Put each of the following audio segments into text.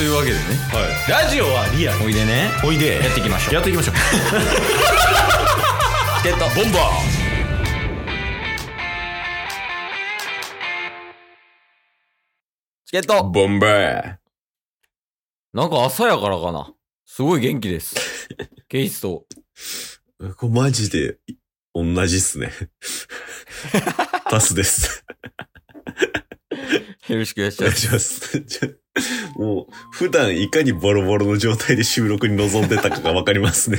というわけでね、 ラジオはリアル。 おいでね、 おいでやっていきましょう。 やっていきましょう。 チケットボンバー。チケットボンバー。 なんか朝やからかな、すごい元気ですケイスト。 これマジで同じっすね。タスです。 よろしくお願いしお願います。 します。もう普段いかにボロボロの状態で収録に臨んでたかがわかりますね。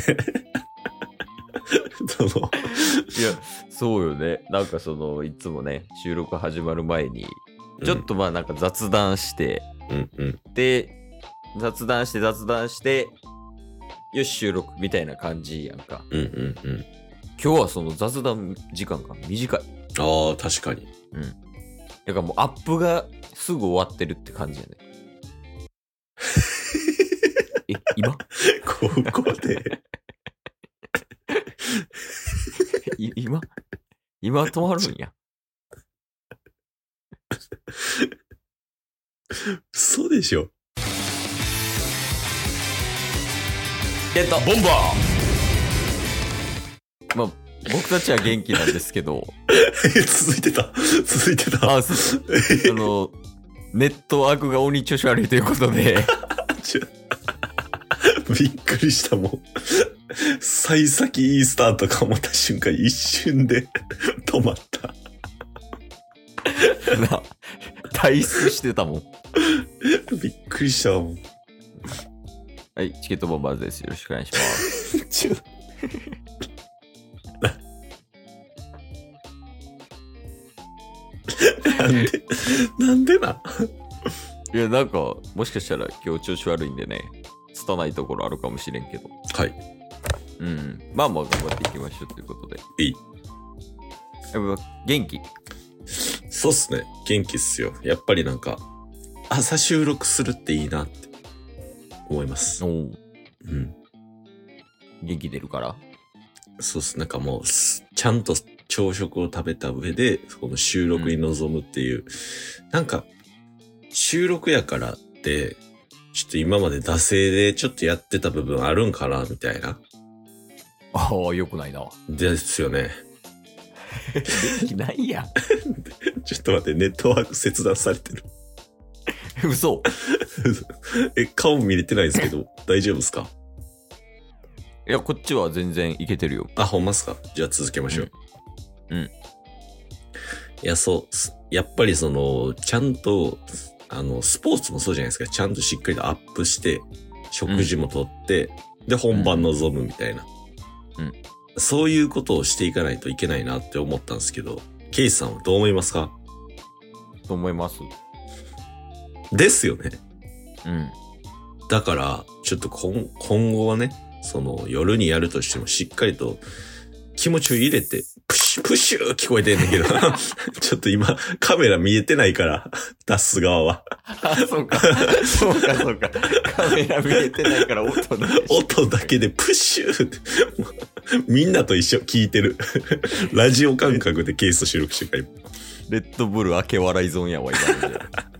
そのいや、そうよね。なんかその、いつもね、収録始まる前に、ちょっとまあなんか雑談して、 うんうん。 で、雑談して、よし収録みたいな感じやんか。 うんうんうん。 今日はその雑談時間が短い。 ああ、確かに。 うん。だからもうアップがすぐ終わってるって感じやね。今ここで。 今止まるんや。 嘘でしょ。 ゲットボンバまあ、僕たちは元気なんですけど、 ー。続いてた。 ネットワークが鬼調子悪いということで、 びっくりしたもん。幸先いいスタートか思った瞬間一瞬で止まった。 退出してたもん。 びっくりしたもん。 はい、チケットボンバーズです。よろしくお願いします。 なんでな。 いや、なんか、もしかしたら今日調子悪いんでね、拙いところあるかもしれんけど。 はい。 うん。まあまあ頑張っていきましょうということで。 いい。 やっぱ元気。 そうっすね。元気っすよ。やっぱりなんか、朝収録するっていいなって思います。 おうん。 元気出るから。 そうっす。なんかもう、ちゃんと朝食を食べた上で、この収録に臨むっていう、なんか、収録やからって、ちょっと今まで惰性でちょっとやってた部分あるんかなみたいな。 ああ、よくないな。 ですよね。 元気ないやん。 ちょっと待って、ネットワーク切断されてる。 嘘。 顔見れてないですけど、大丈夫ですか？ いや、こっちは全然いけてるよ。 あ、ほんまっすか？じゃあ続けましょう。 うん。 いや、そう。やっぱりその、ちゃんと、スポーツもそうじゃないですか。ちゃんとしっかりとアップして、食事もとって、で、本番臨むみたいな。 うん。 そういうことをしていかないといけないなって思ったんですけど、ケイスさんはどう思いますか？ と思います。 ですよね。 うん。 だから、ちょっと今後はね、その夜にやるとしてもしっかりと気持ちを入れて、プシュー聞こえてんだけど、ちょっと今カメラ見えてないから、出す側は。 あ、そうか。カメラ見えてないから音だけでプシューって、みんなと一緒聞いてる。ラジオ感覚でケース収録してるから。 レッドブル明け笑いゾーンやわ、今の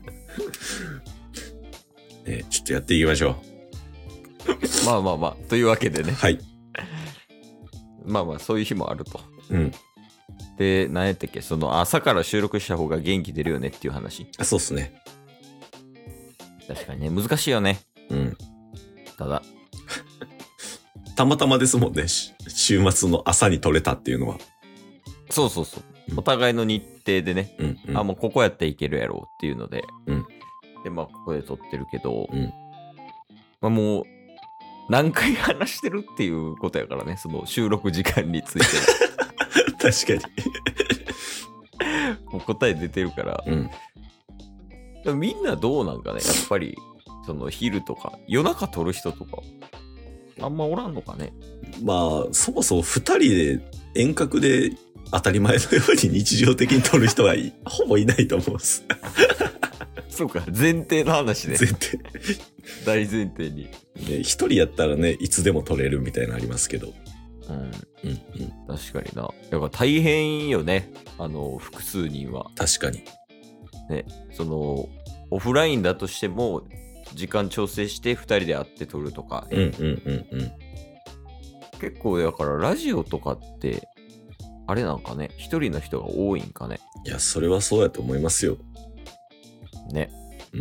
で。 ね、ちょっとやっていきましょまあ。というわけでね。 う。はい。 まあそういう日もあると。 うん。 で、何やったっけ、その朝から収録した方が元気出るよねっていう話。 そうっすね。 確かにね、難しいよね。 うん。 ただ。 たまたまですもんね。週末の朝に撮れたっていうのは。 そう。お互いの日程でね、 うん。 もうここやっていけるやろうっていうので。 うん。 で、ここで撮ってるけど、 うん。 もう、何回話してるっていうことやからね、その収録時間について確かもう答え出てるから、 に。うん。 でもみんなどうなんかね、やっぱりその昼とか夜中撮る人とかあんまおらんのかね。 まあ、そもそも二人で遠隔で当たり前のように日常的に撮る人はほぼいないと思うんです。 そうか、前提の話ね。 前提。 大前提に。 ね、一人やったらね、いつでも撮れるみたいなのありますけど。 確かにな。だから大変よね。複数人は。 確かに。 ね、その、オフラインだとしても、 時間調整して2人で会って撮るとか、 うんうんうんうん。 結構だからラジオとかってあれなんかね、一人の人が多いんかね。 いや、それはそうやと思いますよ。 ね。 うん。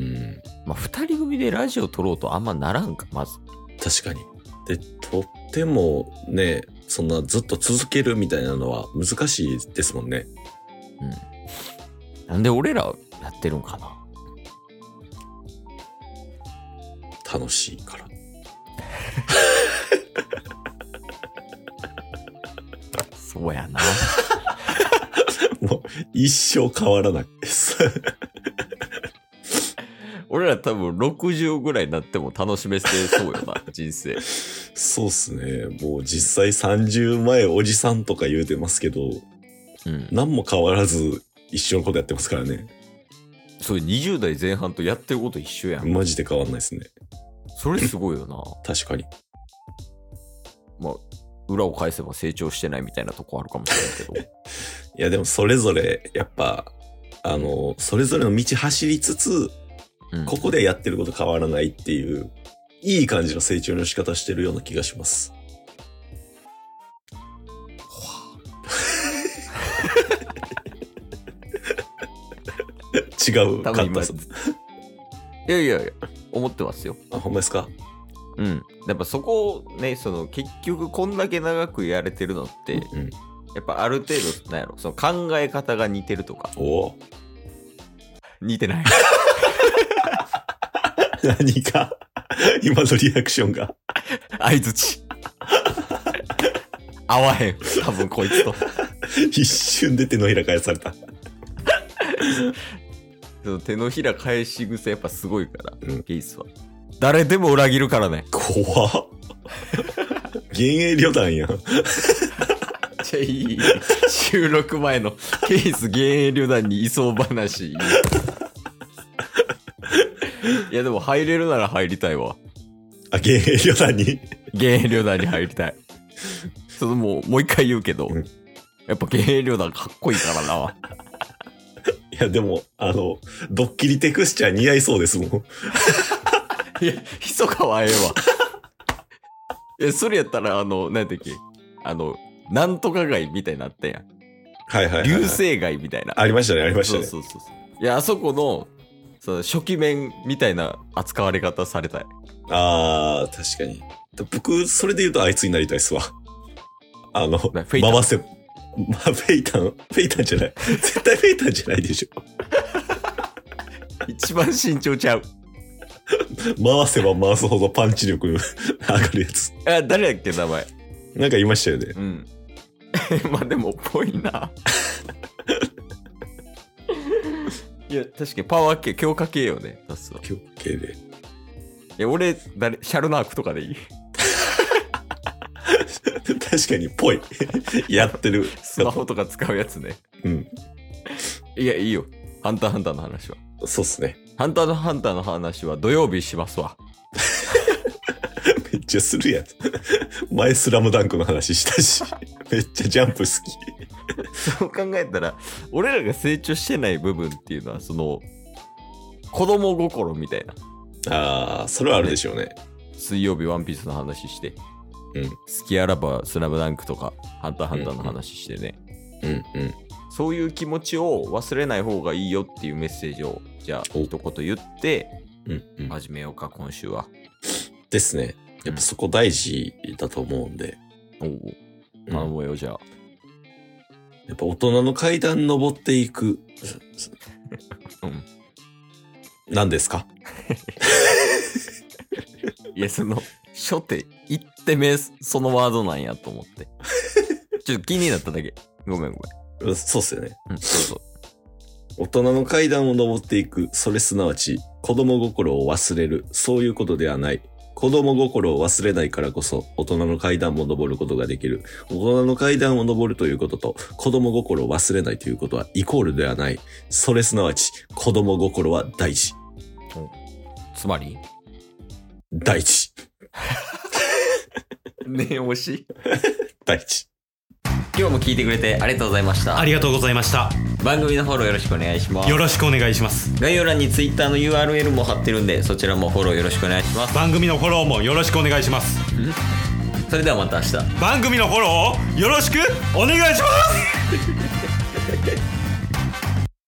まあ2人組でラジオ撮ろうとあんまならんか、まず。 確かに。で、とってもね、そんなずっと続けるみたいなのは難しいですもんね。 うん。なんで俺らやってるんかな。 楽しいから。 そうやな。 もう一生変わらないです。 俺ら多分60ぐらいになっても楽しめてそうよな、人生。 そうっすね。もう実際30前おじさんとか言うてますけど、 うん。 何も変わらず一緒のことやってますからね。 そういう20代前半とやってること一緒やん。 マジで変わんないですね。 それすごいよな。 確かに。 まあ、裏を返せば成長してないみたいなとこあるかもしれんけど。 いやでもそれぞれ、やっぱ、それぞれの道走りつつ、 うん、 ここでやってること変わらないっていう、いい感じの成長の仕方してるような気がします。違うかったぞ。 いやいやいや、思ってますよ。 あ、ほんまですか？ うん。やっぱそこをね、結局こんだけ長くやれてるのって、 うん、 やっぱある程度、なんやろ、その考え方が似てるとか。 お似てない。 何か今のリアクションが相づち。合わへん。多分こいつと。 一瞬で手のひら返された。 その手のひら返し癖やっぱすごいから、 うん、 ケイスは。誰でも裏切るからね。 怖っ。幻影旅団やん。 じゃあいい。収録前のケイス幻影旅団にいそう話。いやでも入れるなら入りたいわ。 あ、幻影旅団に幻影旅団に入りたい。もう一回言うけど、 うん、 やっぱ幻影旅団かっこいいからな。 いやでも、ドッキリテクスチャー似合いそうですもん。 いや、ひそかはええわ。いや、それやったら、何やったっけなんとか街みたいになったやん。 はいはいはい、はい。 流星街みたいな。 ありましたね、ありましたね。 そう。いや、あそこの、初期面みたいな扱われ方されたい。 あー、確かに。僕、それで言うとあいつになりたいっすわ。回せ、フェイタンじゃない。絶対フェイタンじゃないでしょ。 一番身長ちゃう。 回せば回すほどパンチ力上がるやつ。 あ、誰だっけ、名前。 なんか言いましたよね。 うん。まあでも、ぽいな。いや、確かにパワー系、強化系よね。 強化系で。 いや、俺、シャルナークとかでいい。 確かに、ぽい。やってる。 スマホとか使うやつね。 うん。 いや、いいよ。ハンターハンターの話は。 そうっすね。 ハンターハンターの話は土曜日しますわ。 めっちゃするやん。前スラムダンクの話したし。めっちゃジャンプ好き。 そう考えたら、俺らが成長してない部分っていうのは、子供心みたいな。 ああ、それはあるでしょうね。 水曜日ワンピースの話して、 うん。 好きあらばスラムダンクとか、ハンターハンターの話してね。 うんうん。 そういう気持ちを忘れない方がいいよっていうメッセージを、じゃあ、一言言って、 うん。 始めようか、今週は。 ですね。やっぱそこ大事だと思うんで。 おう。頼むよ、じゃあ。 やっぱ大人の階段登っていく。 うん。 何ですか？ いや、初手、一手目、そのワードなんやと思って。ちょっと気になっただけ。ごめん。 そうっすよね。 うん、そう。 大人の階段を登っていく。それすなわち、子供心を忘れる。そういうことではない。子供心を忘れないからこそ、大人の階段も登ることができる。大人の階段を登るということと、子供心を忘れないということはイコールではない。それすなわち、子供心は大事。 つまり大事。 ねえ、惜しい。 大事。 今日も聞いてくれてありがとうございました。 ありがとうございました。 番組のフォローよろしくお願いします。 よろしくお願いします。 概要欄に Twitter の URL も貼ってるんで、そちらもフォローよろしくお願いします。 番組のフォローもよろしくお願いします。 それではまた明日。 番組のフォローをよろしくお願いします